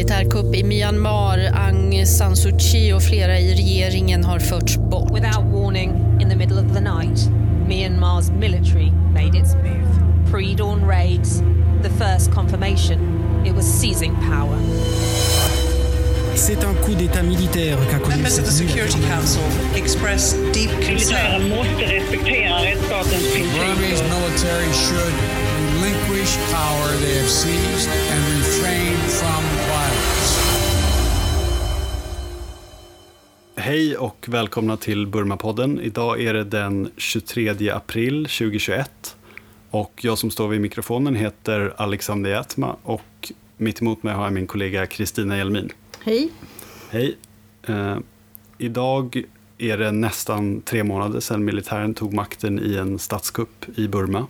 militärkupp i Myanmar. Aung San Suu Kyi och flera i regeringen har förts bort. Without warning, in the middle of the night, Myanmar's military made its move. Pre-dawn raids, the first confirmation it was seizing power. C'est un coup d'état militaire qu'a connu Members of the Security Council express deep concern. Måste respektera rättsstatens principer. Burmese military should relinquish power they have seized and refrain from violence. Hej och välkomna till Burma-podden. Idag är det den 23 april 2021 och jag som står vid mikrofonen heter Alexander Jätma och mitt emot mig har jag min kollega Kristina Jelmin. Hej. Hej. Idag är det nästan 3 månader sedan militären tog makten i en statskupp i Burma.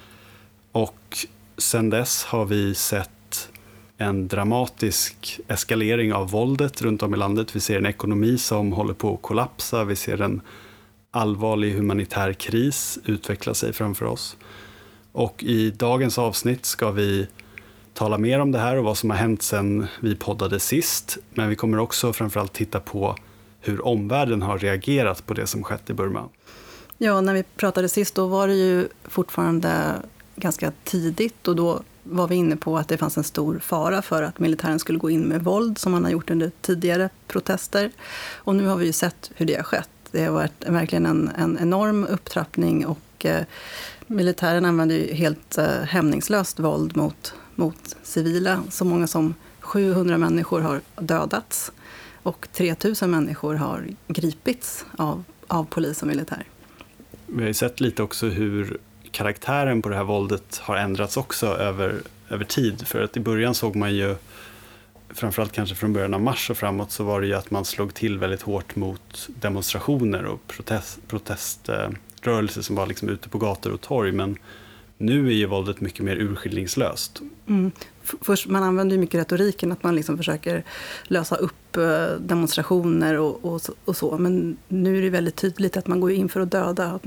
Och sedan dess har vi sett en dramatisk eskalering av våldet runt om i landet. Vi ser en ekonomi som håller på att kollapsa. Vi ser en allvarlig humanitär kris utveckla sig framför oss. Och i dagens avsnitt ska vi tala mer om det här och vad som har hänt sedan vi poddade sist. Men vi kommer också framförallt titta på hur omvärlden har reagerat på det som skett i Burma. Ja, när vi pratade sist då var det ju fortfarande ganska tidigt och då var vi inne på att det fanns en stor fara för att militären skulle gå in med våld som man har gjort under tidigare protester. Och nu har vi ju sett hur det har skett. Det har varit verkligen en enorm upptrappning och militären använder ju helt hämningslöst våld mot civila. Så många som 700 människor har dödats och 3000 människor har gripits av polis och militär. Vi har ju sett lite också hur karaktären på det här våldet har ändrats också över tid. För att i början såg man ju, framförallt kanske från början av mars och framåt, så var det ju att man slog till väldigt hårt mot demonstrationer och proteströrelser som var liksom ute på gator och torg. Men nu är ju våldet mycket mer urskillningslöst. Först, man använder ju mycket retoriken att man liksom försöker lösa upp demonstrationer och så. Men nu är det väldigt tydligt att man går in för att döda. Att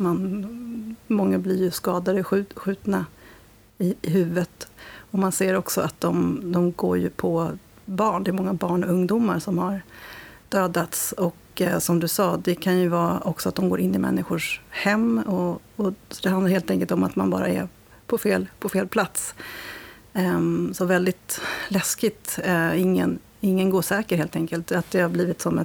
många blir ju skadade, skjutna i huvudet. Och man ser också att de går ju på barn. Det är många barn och ungdomar som har dödats. Och som du sa, det kan ju vara också att de går in i människors hem. Och det handlar helt enkelt om att man bara är på fel plats. Så väldigt läskigt. Ingen går säker helt enkelt. Att det har blivit som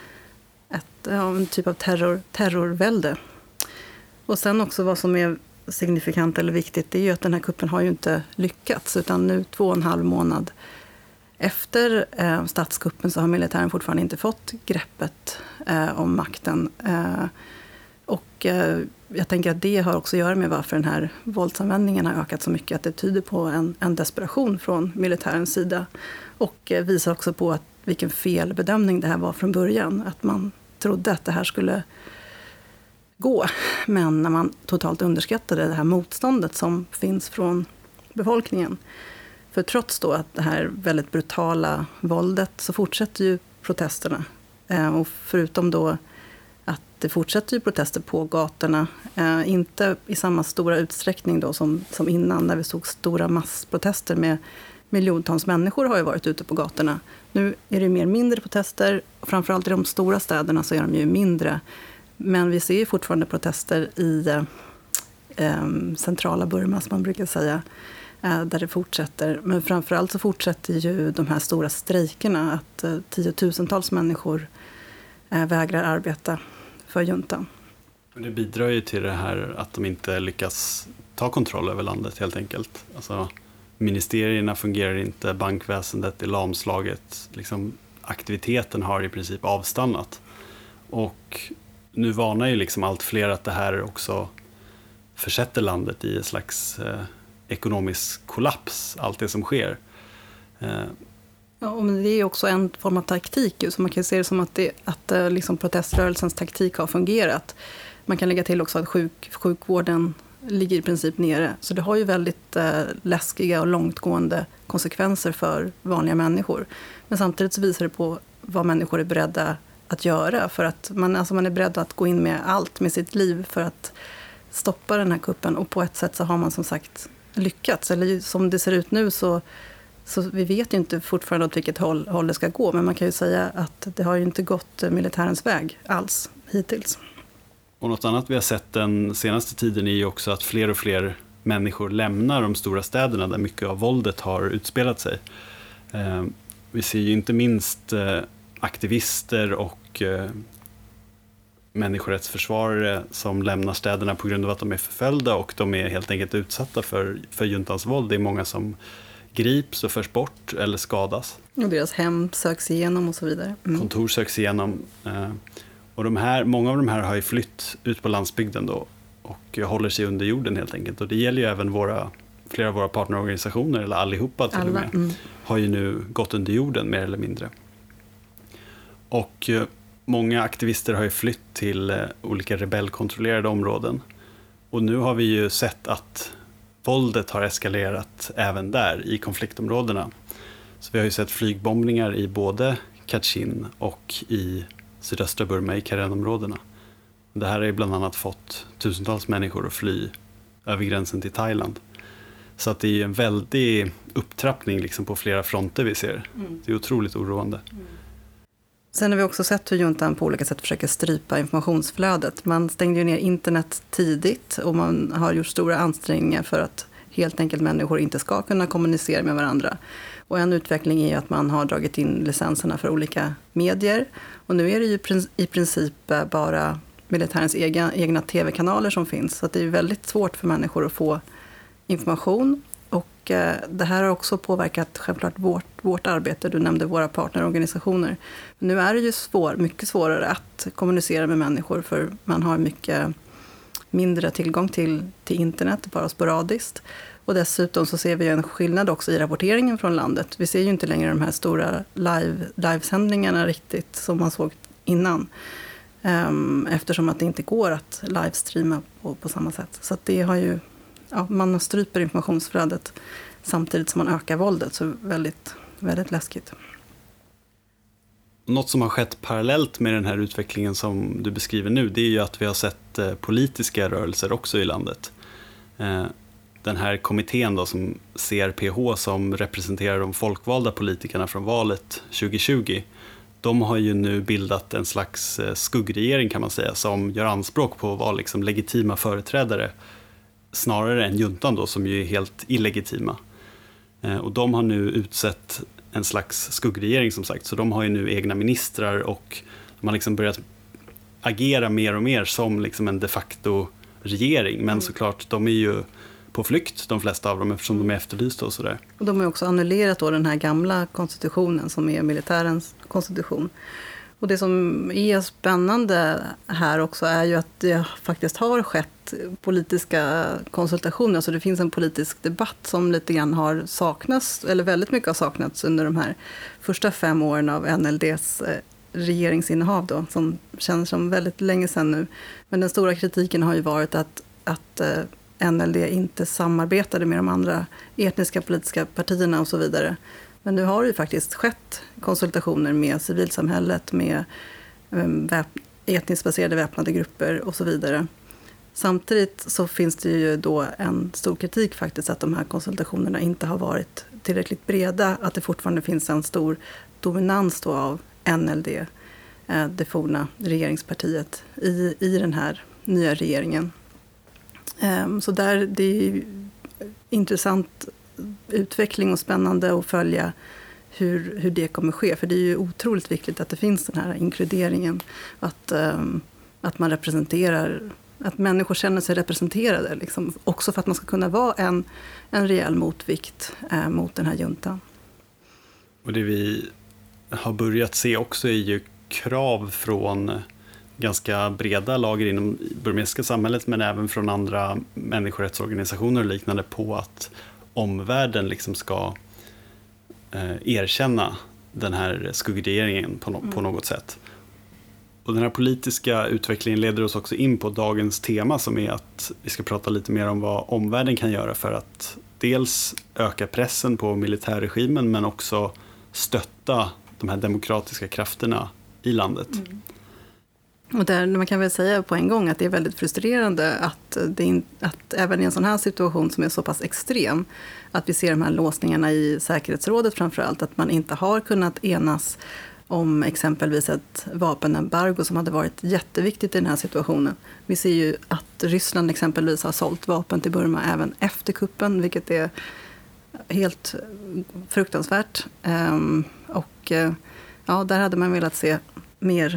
en typ av terrorvälde. Och sen också vad som är signifikant eller viktigt, det är ju att den här kuppen har ju inte lyckats. Utan nu 2,5 månad efter statskuppen så har militären fortfarande inte fått greppet om makten. Och jag tänker att det har också att göra med varför den här våldsanvändningen har ökat så mycket. Att det tyder på en desperation från militärens sida. Och visar också på att vilken felbedömning det här var från början. Att man trodde att det här skulle gå. Men när man totalt underskattade det här motståndet som finns från befolkningen. För trots då att det här väldigt brutala våldet så fortsätter ju protesterna. Och förutom då att det fortsätter ju protester på gatorna. Inte i samma stora utsträckning då som innan när vi såg stora massprotester med miljontals människor har ju varit ute på gatorna. Nu är det mer mindre protester. Och framförallt i de stora städerna så är de ju mindre. Men vi ser ju fortfarande protester i centrala Burma som man brukar säga. Där det fortsätter. Men framförallt så fortsätter ju de här stora strejkerna. Att tiotusentals människor vägrar arbeta för juntan. Det bidrar ju till det här att de inte lyckas ta kontroll över landet helt enkelt. Alltså, ministerierna fungerar inte, bankväsendet är lamslaget. Liksom, aktiviteten har i princip avstannat. Och nu varnar ju liksom allt fler att det här också försätter landet i en slags ekonomisk kollaps, allt det som sker. Ja, men det är också en form av taktik. Så man kan se det som att liksom proteströrelsens taktik har fungerat. Man kan lägga till också att sjukvården ligger i princip nere. Så det har ju väldigt läskiga och långtgående konsekvenser för vanliga människor. Men samtidigt så visar det på vad människor är beredda att göra. För att man är beredd att gå in med allt med sitt liv för att stoppa den här kuppen. Och på ett sätt så har man som sagt lyckats. Eller som det ser ut nu så Så vi vet ju inte fortfarande åt vilket håll det ska gå, men man kan ju säga att det har ju inte gått militärens väg alls hittills. Och något annat vi har sett den senaste tiden är ju också att fler och fler människor lämnar de stora städerna där mycket av våldet har utspelat sig. Vi ser ju inte minst aktivister och människorättsförsvarare som lämnar städerna på grund av att de är förföljda och de är helt enkelt utsatta för juntans våld. Det är många som grips och förs bort eller skadas. Och deras hem söks igenom och så vidare. Kontor söks igenom. Och många av de här har ju flytt ut på landsbygden då och håller sig under jorden helt enkelt. Och det gäller ju även flera av våra partnerorganisationer, eller allihopa till och med, har ju nu gått under jorden mer eller mindre. Och många aktivister har ju flytt till olika rebellkontrollerade områden. Och nu har vi ju sett att våldet har eskalerat även där i konfliktområdena. Så vi har ju sett flygbombningar i både Kachin och i sydöstra Burma i Karen-områdena. Det här har ju bland annat fått tusentals människor att fly över gränsen till Thailand. Så att det är en väldig upptrappning liksom på flera fronter vi ser. Det är otroligt oroande. Sen har vi också sett hur juntan på olika sätt försöker strypa informationsflödet. Man stängde ju ner internet tidigt och man har gjort stora ansträngningar för att helt enkelt människor inte ska kunna kommunicera med varandra. Och en utveckling är att man har dragit in licenserna för olika medier. Och nu är det ju i princip bara militärens egna tv-kanaler som finns. Så att det är väldigt svårt för människor att få information. Och det här har också påverkat självklart vårt arbete. Du nämnde våra partnerorganisationer. Men nu är det ju mycket svårare att kommunicera med människor för man har mycket mindre tillgång till internet, bara sporadiskt. Och dessutom så ser vi en skillnad också i rapporteringen från landet. Vi ser ju inte längre de här stora livesändningarna riktigt som man såg innan. Eftersom att det inte går att livestreama på samma sätt. Så att det har ju, man stryper informationsflödet samtidigt som man ökar våldet. Så väldigt, väldigt läskigt. Något som har skett parallellt med den här utvecklingen som du beskriver nu, det är ju att vi har sett politiska rörelser också i landet. Den här kommittén då, som CRPH, som representerar de folkvalda politikerna från valet 2020, de har ju nu bildat en slags skuggregering kan man säga, som gör anspråk på att vara liksom legitima företrädare snarare än juntan då, som ju är helt illegitima. Och de har nu utsett en slags skuggregering som sagt, så de har ju nu egna ministrar och de har liksom börjat agera mer och mer som liksom en de facto regering, men såklart de är ju på flykt, de flesta av dem, eftersom de är efterlysta och sådär. Och de har också annullerat då den här gamla konstitutionen som är militärens konstitution. Och det som är spännande här också är ju att det faktiskt har skett politiska konsultationer. Alltså det finns en politisk debatt som lite grann har saknats, eller väldigt mycket har saknats under de här första 5 åren av NLDs regeringsinnehav då, som känns som väldigt länge sedan nu. Men den stora kritiken har ju varit att NLD inte samarbetade med de andra etniska politiska partierna och så vidare. Men nu har det ju faktiskt skett konsultationer med civilsamhället, med etniskt baserade väpnade grupper och så vidare. Samtidigt så finns det ju då en stor kritik faktiskt att de här konsultationerna inte har varit tillräckligt breda, att det fortfarande finns en stor dominans då av NLD, det forna regeringspartiet, i den här nya regeringen. Så där, det är intressant utveckling och spännande att följa hur det kommer ske. För det är ju otroligt viktigt att det finns den här inkluderingen. Att man representerar, att människor känner sig representerade. Liksom, också för att man ska kunna vara en rejäl motvikt mot den här juntan. Och det vi har börjat se också är ju krav från ganska breda lager inom burmesiska samhället, men även från andra människorättsorganisationer och liknande, på att omvärlden liksom ska erkänna den här skuggregeringen på något sätt. Och den här politiska utvecklingen leder oss också in på dagens tema, som är att vi ska prata lite mer om vad omvärlden kan göra för att dels öka pressen på militärregimen, men också stötta de här demokratiska krafterna i landet. Och där, man kan väl säga på en gång att det är väldigt frustrerande att även i en sån här situation som är så pass extrem, att vi ser de här låsningarna i säkerhetsrådet framförallt, att man inte har kunnat enas om exempelvis ett vapenembargo som hade varit jätteviktigt i den här situationen. Vi ser ju att Ryssland exempelvis har sålt vapen till Burma även efter kuppen, vilket är helt fruktansvärt. Ja, där hade man velat se mer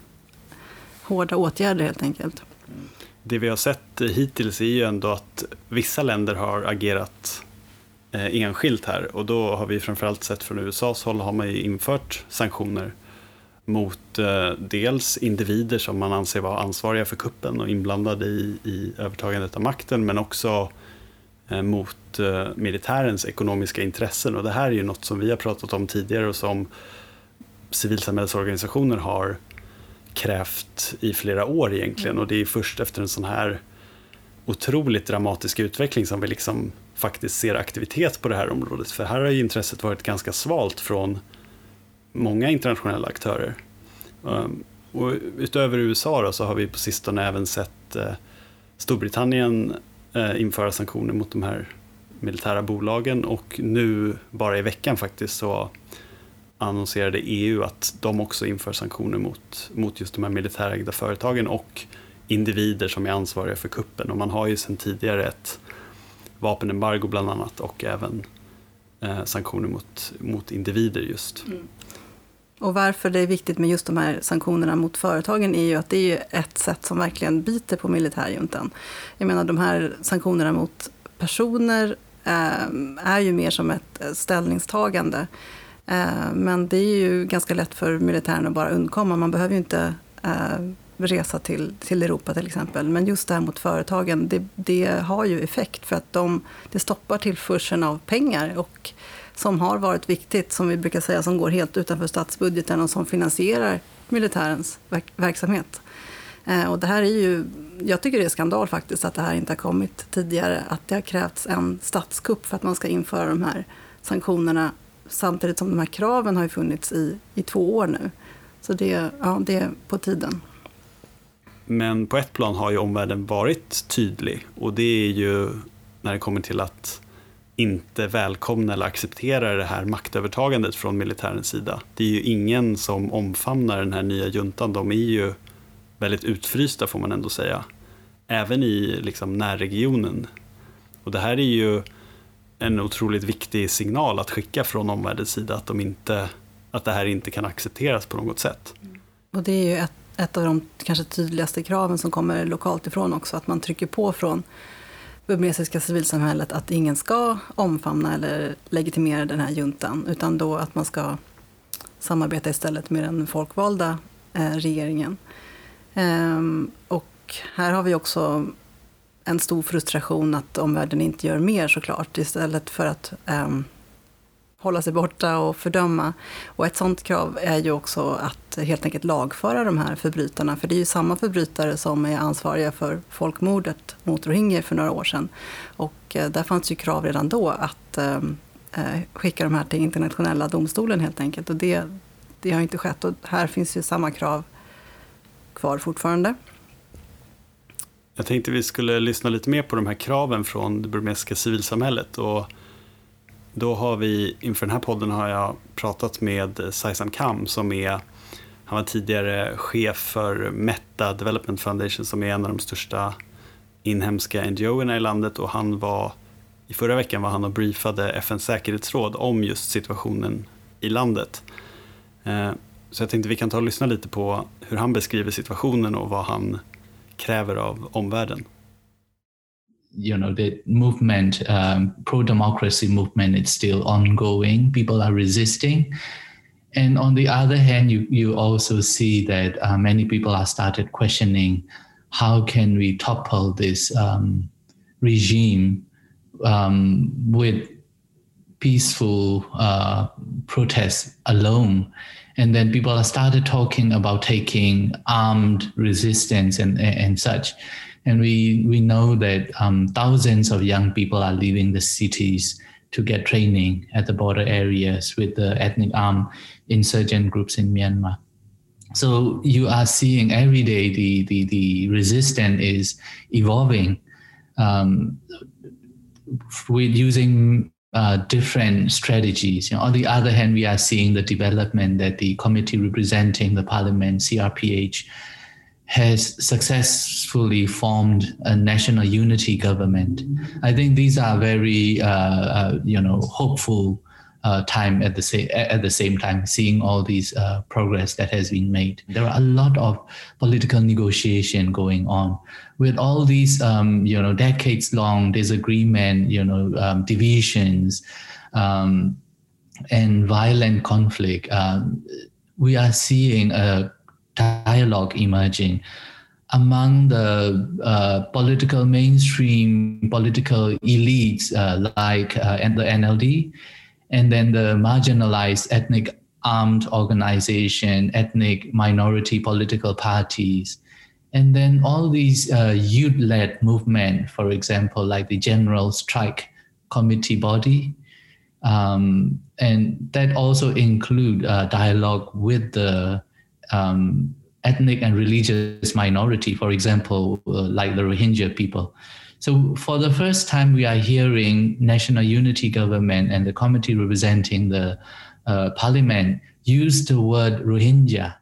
hårda åtgärder helt enkelt. Det vi har sett hittills är ju ändå att vissa länder har agerat enskilt här, och då har vi framförallt sett från USAs håll har man ju infört sanktioner mot dels individer som man anser vara ansvariga för kuppen och inblandade i övertagandet av makten, men också mot militärens ekonomiska intressen. Och det här är ju något som vi har pratat om tidigare och som civilsamhällsorganisationer har krävt i flera år egentligen, och det är först efter en sån här otroligt dramatisk utveckling som vi liksom faktiskt ser aktivitet på det här området. För här har ju intresset varit ganska svalt från många internationella aktörer. Och utöver USA då, så har vi på sistone även sett Storbritannien införa sanktioner mot de här militära bolagen, och nu bara i veckan faktiskt så annonserade EU att de också inför sanktioner mot just de här militärägda företagen och individer som är ansvariga för kuppen. Och man har ju sedan tidigare ett vapenembargo bland annat, och även sanktioner mot individer just. Mm. Och varför det är viktigt med just de här sanktionerna mot företagen är ju att det är ju ett sätt som verkligen biter på militärjuntan. Jag menar, de här sanktionerna mot personer är ju mer som ett ställningstagande. Men det är ju ganska lätt för militären att bara undkomma. Man behöver ju inte resa till Europa till exempel. Men just det här mot företagen, det har ju effekt för att det stoppar tillförseln av pengar, och som har varit viktigt, som vi brukar säga, som går helt utanför statsbudgeten och som finansierar militärens verksamhet. Och det här är ju, jag tycker det är skandal faktiskt att det här inte har kommit tidigare, att det har krävts en statskupp för att man ska införa de här sanktionerna, samtidigt som de här kraven har ju funnits i 2 år nu. Så det är på tiden. Men på ett plan har ju omvärlden varit tydlig, och det är ju när det kommer till att inte välkomna eller acceptera det här maktövertagandet från militärens sida. Det är ju ingen som omfamnar den här nya juntan. De är ju väldigt utfrysta, får man ändå säga. Även i liksom närregionen. Och det här är ju en otroligt viktig signal att skicka från omvärldens sida, att det här inte kan accepteras på något sätt. Och det är ju ett av de kanske tydligaste kraven som kommer lokalt ifrån också, att man trycker på från burmesiska civilsamhället att ingen ska omfamna eller legitimera den här juntan, utan då att man ska samarbeta istället med den folkvalda regeringen. Och här har vi också en stor frustration att omvärlden inte gör mer, såklart, istället för att hålla sig borta och fördöma. Och ett sådant krav är ju också att helt enkelt lagföra de här förbrytarna, för det är ju samma förbrytare som är ansvariga för folkmordet mot rohingyer för några år sedan. Och där fanns ju krav redan då att skicka de här till internationella domstolen helt enkelt, och det har inte skett, och här finns ju samma krav kvar fortfarande. Jag tänkte vi skulle lyssna lite mer på de här kraven från det burmesiska civilsamhället, och då har vi, inför den här podden har jag pratat med Saisan Kam han var tidigare chef för Metta Development Foundation, som är en av de största inhemska NGO-erna i landet, och i förra veckan var han och briefade FNs säkerhetsråd om just situationen i landet. Så jag tänkte vi kan ta och lyssna lite på hur han beskriver situationen och vad han kräver av omvärlden. The movement, pro-democracy movement, it's still ongoing. People are resisting. And on the other hand, you also see that many people have started questioning how can we topple this regime with peaceful protests alone. And then people have started talking about taking armed resistance and such. And we know that thousands of young people are leaving the cities to get training at the border areas with the ethnic armed insurgent groups in Myanmar. So you are seeing every day the resistance is evolving with using different strategies. On the other hand, we are seeing the development that the committee representing the parliament, CRPH, has successfully formed a national unity government. I think these are very, hopeful time at the same time, seeing all these progress that has been made. There are a lot of political negotiation going on with all these, decades-long disagreement, divisions, and violent conflict. We are seeing a dialogue emerging among the political mainstream, political elites like the NLD, and then the marginalized ethnic armed organization, ethnic minority political parties, and then all these youth-led movement, for example, like the General Strike Committee body, and that also include dialogue with the ethnic and religious minority, for example, like the Rohingya people. So for the first time, we are hearing national unity government and the committee representing the parliament use the word Rohingya.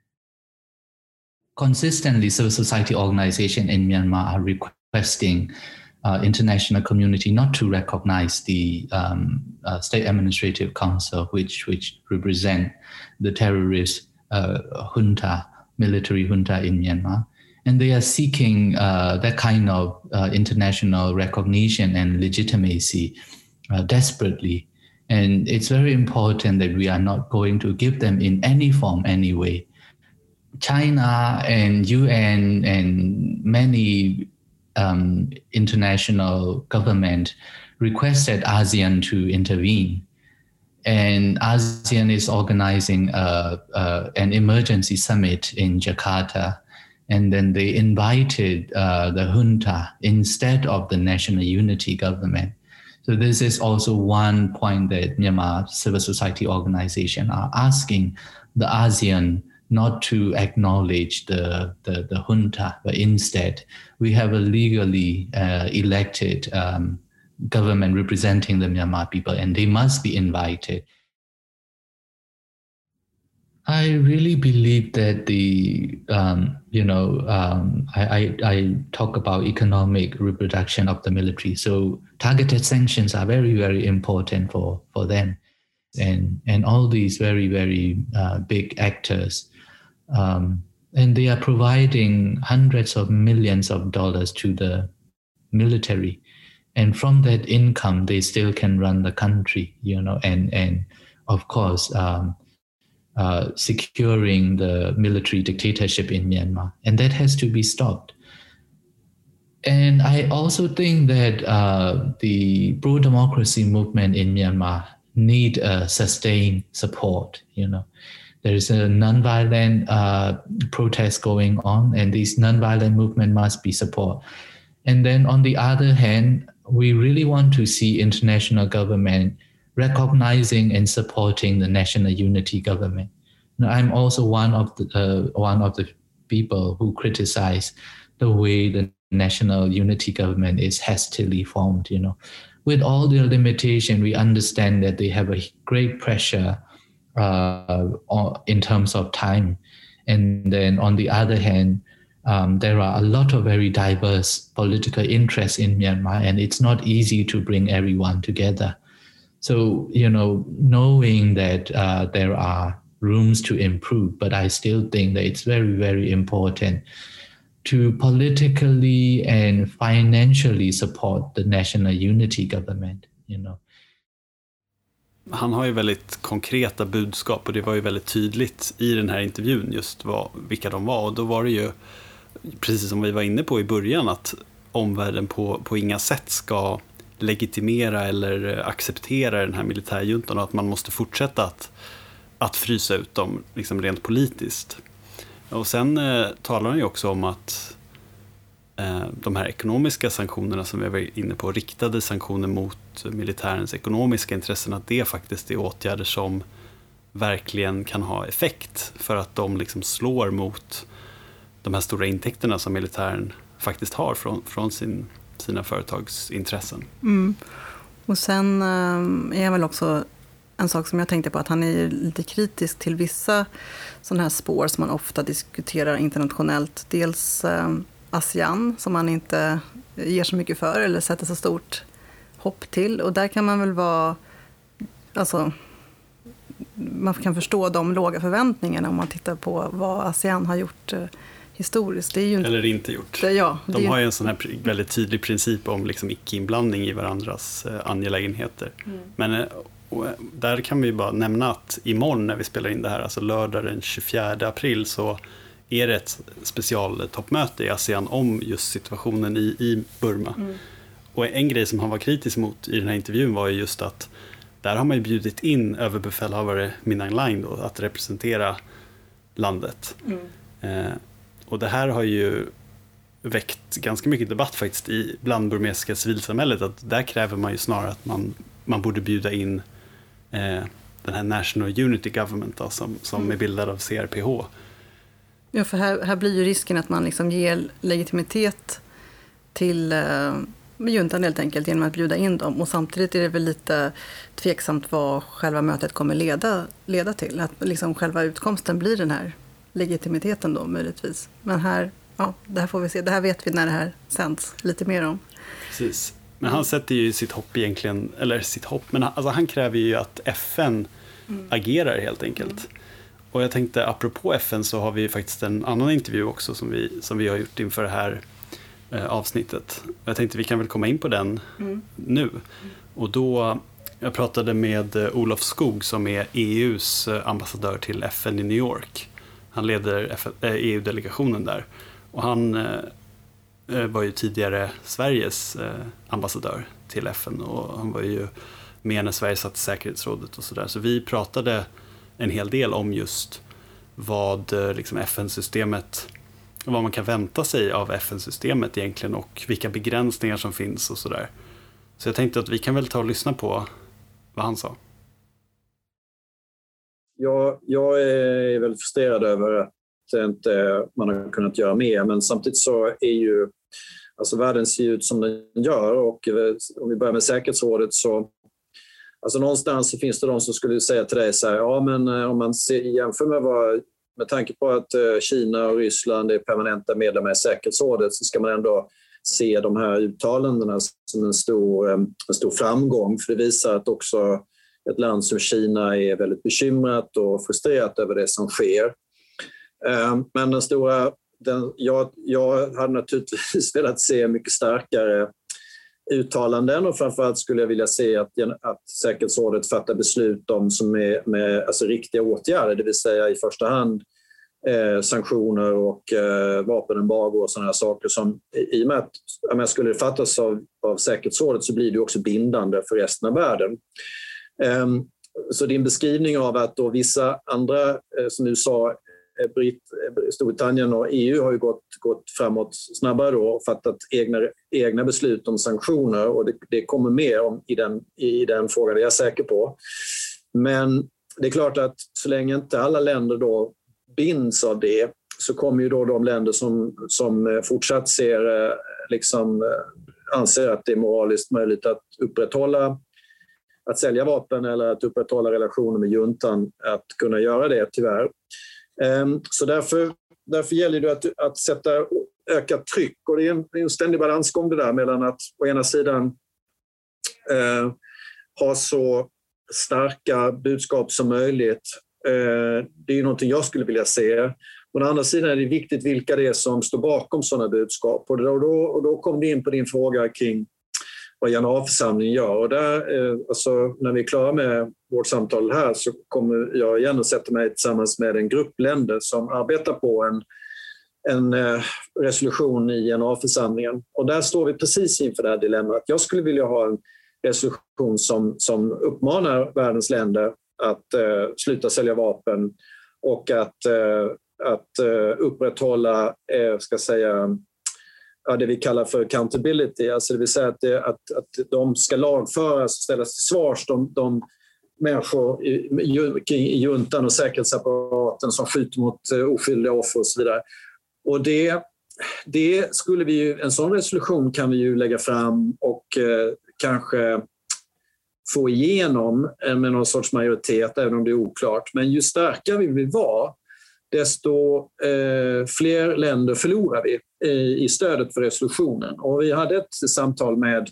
Consistently, civil society organizations in Myanmar are requesting international community not to recognize the State Administrative Council, which represent the terrorist junta, military junta in Myanmar. And they are seeking that kind of international recognition and legitimacy desperately. And it's very important that we are not going to give them in any form, any way. China and UN and many international government requested ASEAN to intervene. And ASEAN is organizing an emergency summit in Jakarta. And then they invited the junta instead of the national unity government. So this is also one point that Myanmar civil society organizations are asking the ASEAN not to acknowledge the junta, but instead we have a legally elected government representing the Myanmar people, and they must be invited. I really believe that I talk about economic reproduction of the military. So targeted sanctions are very, very important for them. And all these very, very big actors. And they are providing hundreds of millions of dollars to the military. And from that income, they still can run the country, and of course, securing the military dictatorship in Myanmar. And that has to be stopped. And I also think that the pro-democracy movement in Myanmar need sustained support. There is a nonviolent protest going on, and this nonviolent movement must be supported. And then on the other hand, we really want to see international government recognizing and supporting the national unity government. I'm also one of the people who criticize the way the national unity government is hastily formed. With all the limitation, we understand that they have a great pressure in terms of time. And then on the other hand, there are a lot of very diverse political interests in Myanmar, and it's not easy to bring everyone together. So, knowing that there are rooms to improve, but I still think that it's very, very important to politically and financially support the national unity government, Han har ju väldigt konkreta budskap, och det var ju väldigt tydligt i den här intervjun just vilka de var. Och då var det ju, precis som vi var inne på i början, att omvärlden på inga sätt ska legitimera eller acceptera den här militärjuntan, och att man måste fortsätta att frysa ut dem liksom rent politiskt. Och sen talar han ju också om att de här ekonomiska sanktionerna som vi var inne på, riktade sanktioner mot militärens ekonomiska intressen, att det faktiskt är åtgärder som verkligen kan ha effekt för att de liksom slår mot de här stora intäkterna som militären faktiskt har från sina företagsintressen. Och sen är väl också en sak som jag tänkte på, att han är lite kritisk till vissa sådana här spår som man ofta diskuterar internationellt. Dels ASEAN, som man inte ger så mycket för eller sätter så stort hopp till. Och där kan man väl vara, alltså, man kan förstå de låga förväntningarna om man tittar på vad ASEAN har gjort historiskt. Det är ju eller inte gjort. De har ju en sån här väldigt tydlig princip om liksom icke-inblandning i varandras angelägenheter. Men där kan vi bara nämna att imorgon när vi spelar in det här, alltså lördag den 24 april, så är det ett specialtoppmöte i ASEAN om just situationen i Burma. Och en grej som han var kritisk mot i den här intervjun var ju just att där har man ju bjudit in överbefälhavare Min Aung Hlaing då, att representera landet. Och det här har ju väckt ganska mycket debatt faktiskt bland burmesiska civilsamhället, att där kräver man ju snarare att man borde bjuda in den här National Unity Government då, som är bildad av CRPH. Ja, för här blir ju risken att man liksom ger legitimitet till juntan helt enkelt genom att bjuda in dem. Och samtidigt är det väl lite tveksamt vad själva mötet kommer leda till. Att liksom själva utkomsten blir den här legitimiteten då möjligtvis. Men här, ja, det här får vi se. Det här vet vi när det här sänds lite mer om. Precis. Men han sätter ju sitt hopp egentligen, eller sitt hopp, men alltså han kräver ju att FN agerar helt enkelt. Och jag tänkte, apropå FN, så har vi faktiskt en annan intervju också som vi har gjort inför det här avsnittet. Jag tänkte vi kan väl komma in på den nu. Och då, jag pratade med Olof Skog som är EUs ambassadör till FN i New York. Han leder EU-delegationen där. Och han var ju tidigare Sveriges ambassadör till FN, och han var ju med när Sverige satt i säkerhetsrådet och sådär. Så vi pratade en hel del om just vad liksom FN-systemet, vad man kan vänta sig av FN-systemet egentligen och vilka begränsningar som finns och sådär. Så jag tänkte att vi kan väl ta och lyssna på vad han sa. Jag är väl frustrerad över att inte man har kunnat göra mer, men samtidigt så är ju alltså världen ser ut som den gör, och om vi börjar med säkerhetsrådet så alltså någonstans så finns det de som skulle säga till dig så här, ja men om man jämför med tanke på att Kina och Ryssland är permanenta medlemmar i säkerhetsrådet, så ska man ändå se de här uttalandena som en stor framgång, för det visar att också ett land som Kina är väldigt bekymrat och frustrerat över det som sker. Men jag hade naturligtvis velat se mycket starkare uttalanden, och framförallt skulle jag vilja se att säkerhetsrådet fattar beslut om som med alltså riktiga åtgärder, det vill säga i första hand sanktioner och vapenembargo och sådana här saker som i och med att skulle det fattas av säkerhetsrådet så blir det också bindande för resten av världen. Så din beskrivning av att då vissa andra som USA, Storbritannien och EU har ju gått framåt snabbare då och fattat egna beslut om sanktioner, och det kommer mer om i den frågan, det är jag säker på. Men det är klart att så länge inte alla länder då binds av det, så kommer ju då de länder som fortsatt anser att det är moraliskt möjligt att sälja vapen eller att upprätthålla relationer med juntan att kunna göra det, tyvärr. Så därför gäller det att sätta ökat tryck, och det är en ständig balansgång det där mellan att å ena sidan ha så starka budskap som möjligt. Det är ju någonting jag skulle vilja se. Å andra sidan är det viktigt vilka det är som står bakom sådana budskap, och då kom det in på din fråga kring vad generalförsamlingen gör. Och där, alltså, när vi är klara med vårt samtal här så kommer jag igen att sätta mig tillsammans med en grupp länder som arbetar på en resolution i generalförsamlingen. Och där står vi precis inför det här dilemmat. Jag skulle vilja ha en resolution som uppmanar världens länder att sluta sälja vapen och att upprätthålla, det vi kallar för accountability, alltså det vill säga att de ska lagföras och ställas till svars, människor i juntan och säkerhetsapparaten som skjuter mot oskyldiga offer och så vidare. Och det skulle vi ju, en sån resolution kan vi ju lägga fram och kanske få igenom med någon sorts majoritet, även om det är oklart. Men ju starkare vi vill vara, desto fler länder förlorar vi i stödet för resolutionen. Och vi hade ett samtal med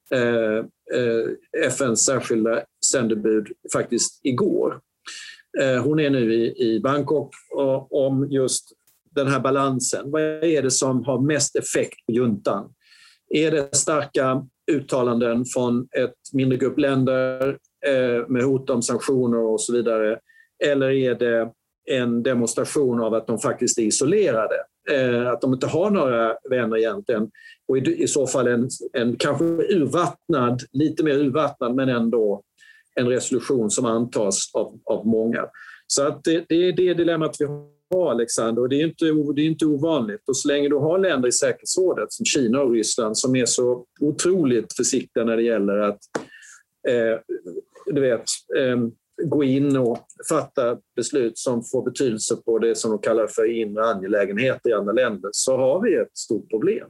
FNs särskilda sändebud faktiskt igår. Hon är nu i Bangkok om just den här balansen. Vad är det som har mest effekt på juntan? Är det starka uttalanden från ett mindre grupp länder med hot om sanktioner och så vidare? Eller är det en demonstration av att de faktiskt är isolerade? Att de inte har några vänner egentligen? Och i så fall en kanske lite mer urvattnad men ändå en resolution som antas av många. Så att det är det dilemmat vi har, Alexander, och det är inte ovanligt. Och så länge du har länder i säkerhetsrådet som Kina och Ryssland som är så otroligt försiktiga när det gäller att gå in och fatta beslut som får betydelse på det som de kallar för inre angelägenheter i andra länder, så har vi ett stort problem.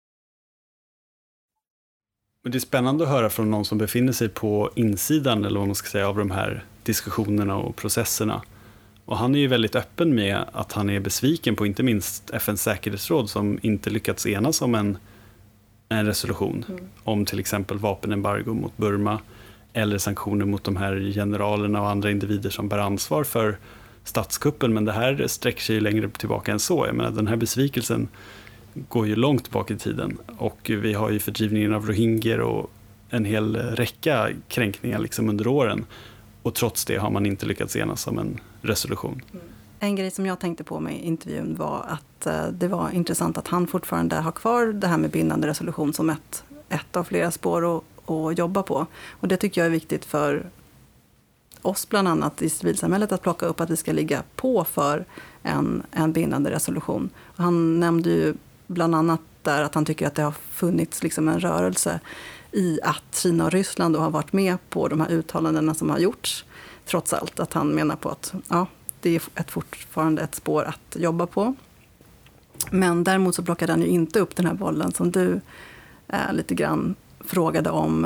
Men det är spännande att höra från någon som befinner sig på insidan, eller vad man ska säga, av de här diskussionerna och processerna. Och han är ju väldigt öppen med att han är besviken på inte minst FNs säkerhetsråd som inte lyckats enas om en resolution om till exempel vapenembargo mot Burma eller sanktioner mot de här generalerna och andra individer som bär ansvar för statskuppen. Men det här sträcker sig ju längre tillbaka än så. Jag menar, den här besvikelsen går ju långt tillbaka i tiden. Och vi har ju fördrivningen av rohingyer och en hel räcka kränkningar liksom under åren. Och trots det har man inte lyckats enas om en resolution. En grej som jag tänkte på med intervjun var att det var intressant att han fortfarande har kvar det här med bindande resolution som ett av flera spår att jobba på. Och det tycker jag är viktigt för oss bland annat i civilsamhället att plocka upp att vi ska ligga på för en bindande resolution. Och han nämnde ju bland annat där att han tycker att det har funnits liksom en rörelse i att Kina och Ryssland då har varit med på de här uttalandena som har gjorts. Trots allt att han menar på att det är fortfarande ett spår att jobba på. Men däremot så plockade han ju inte upp den här bollen som du lite grann frågade om,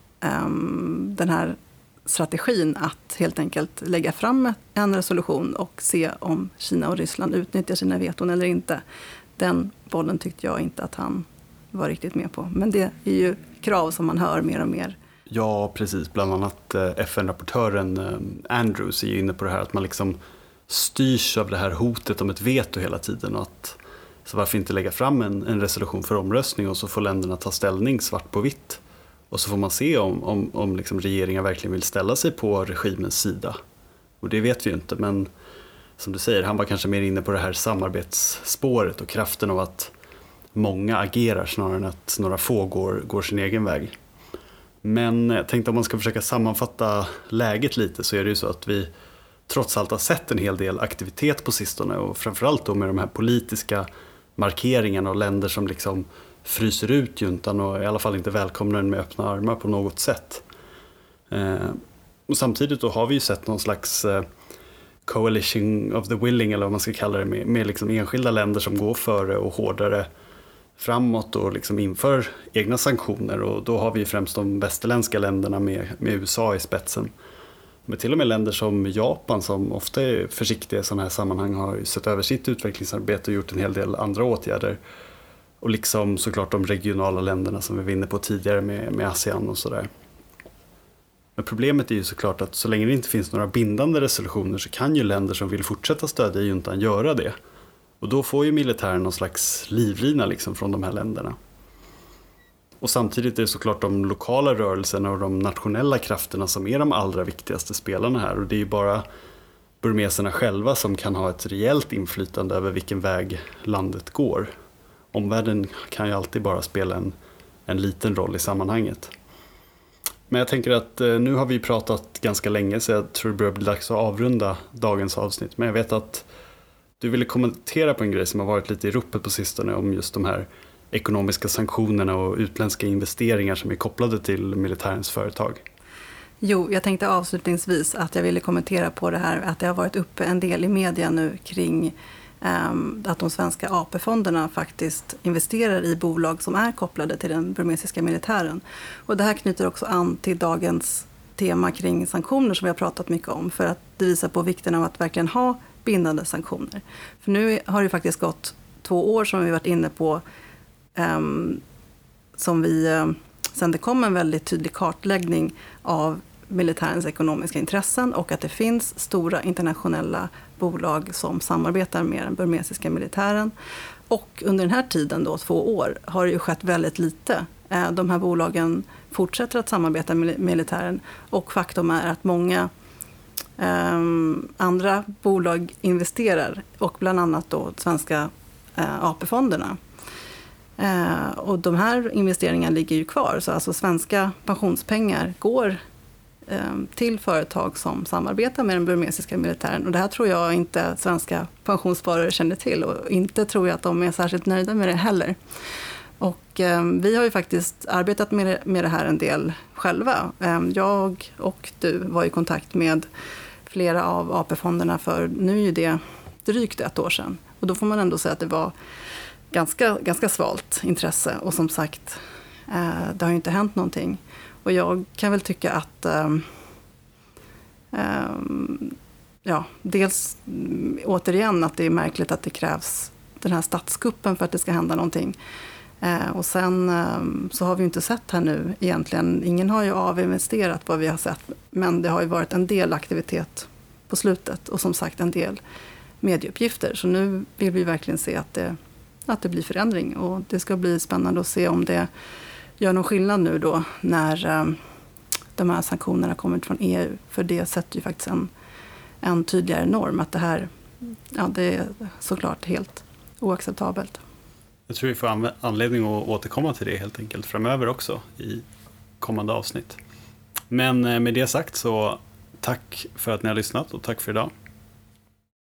den här strategin att helt enkelt lägga fram en resolution och se om Kina och Ryssland utnyttjar sina veton eller inte. Den bollen tyckte jag inte att han var riktigt med på. Men det är ju krav som man hör mer och mer. Ja, precis. Bland annat FN-rapportören Andrews är ju inne på det här att man liksom styrs av det här hotet om ett veto hela tiden. Och så varför inte lägga fram en resolution för omröstning och så får länderna ta ställning svart på vitt. Och så får man se om liksom regeringar verkligen vill ställa sig på regimens sida. Och det vet vi ju inte, men som du säger, han var kanske mer inne på det här samarbetsspåret och kraften av att många agerar snarare än att några få går sin egen väg. Men jag tänkte om man ska försöka sammanfatta läget lite så är det ju så att vi trots allt har sett en hel del aktivitet på sistone och framförallt då med de här politiska markeringarna och länder som liksom fryser ut juntan och i alla fall inte välkomnar den med öppna armar på något sätt. Och samtidigt då har vi ju sett någon slags coalition of the willing eller vad man ska kalla det med liksom enskilda länder som går före och hårdare framåt och liksom inför egna sanktioner och då har vi ju främst de västerländska länderna med USA i spetsen. Men till och med länder som Japan som ofta är försiktiga i sådana här sammanhang har ju sett över sitt utvecklingsarbete och gjort en hel del andra åtgärder. Och liksom såklart de regionala länderna som vi var inne på tidigare med ASEAN och sådär. Men problemet är ju såklart att så länge det inte finns några bindande resolutioner så kan ju länder som vill fortsätta stödja juntan göra det. Och då får ju militären någon slags livlina liksom från de här länderna. Och samtidigt är det såklart de lokala rörelserna och de nationella krafterna som är de allra viktigaste spelarna här. Och det är ju bara burmeserna själva som kan ha ett rejält inflytande över vilken väg landet går. Omvärlden kan ju alltid bara spela en liten roll i sammanhanget. Men jag tänker att nu har vi pratat ganska länge så jag tror det börjar bli dags att avrunda dagens avsnitt. Men jag vet att du ville kommentera på en grej som har varit lite i ropet på sistone om just de här ekonomiska sanktionerna och utländska investeringar som är kopplade till militärens företag. Jo, jag tänkte avslutningsvis att jag ville kommentera på det här att det har varit uppe en del i media nu kring att de svenska AP-fonderna faktiskt investerar i bolag som är kopplade till den burmesiska militären. Och det här knyter också an till dagens tema kring sanktioner som vi har pratat mycket om, för att det visar på vikten av att verkligen ha bindande sanktioner. För nu har det faktiskt gått 2 år som vi varit inne på, sen det kom en väldigt tydlig kartläggning av militärens ekonomiska intressen och att det finns stora internationella bolag som samarbetar med den burmesiska militären. Och under den här tiden, 2 år, har det ju skett väldigt lite. De här bolagen fortsätter att samarbeta med militären och faktum är att många andra bolag investerar och bland annat då svenska AP-fonderna. Och de här investeringarna ligger ju kvar, så alltså svenska pensionspengar går till företag som samarbetar med den burmesiska militären. Och det här tror jag inte svenska pensionssparare känner till och inte tror jag att de är särskilt nöjda med det heller. Och vi har ju faktiskt arbetat med det här en del själva. Jag och du var i kontakt med flera av AP-fonderna för nu är ju det drygt 1 år sedan. Och då får man ändå säga att det var ganska svalt intresse och som sagt, det har ju inte hänt någonting. Och jag kan väl tycka att dels återigen att det är märkligt att det krävs den här statskuppen för att det ska hända någonting. Och sen så har vi inte sett här nu egentligen, ingen har ju avinvesterat vad vi har sett, men det har ju varit en del aktivitet på slutet och som sagt en del medieuppgifter. Så nu vill vi verkligen se att det blir förändring och det ska bli spännande att se om det gör någon skillnad nu då när de här sanktionerna kommer från EU. För det sätter ju faktiskt en tydligare norm att det här, det är såklart helt oacceptabelt. Jag tror vi får anledning att återkomma till det helt enkelt framöver också i kommande avsnitt. Men med det sagt så tack för att ni har lyssnat och tack för idag.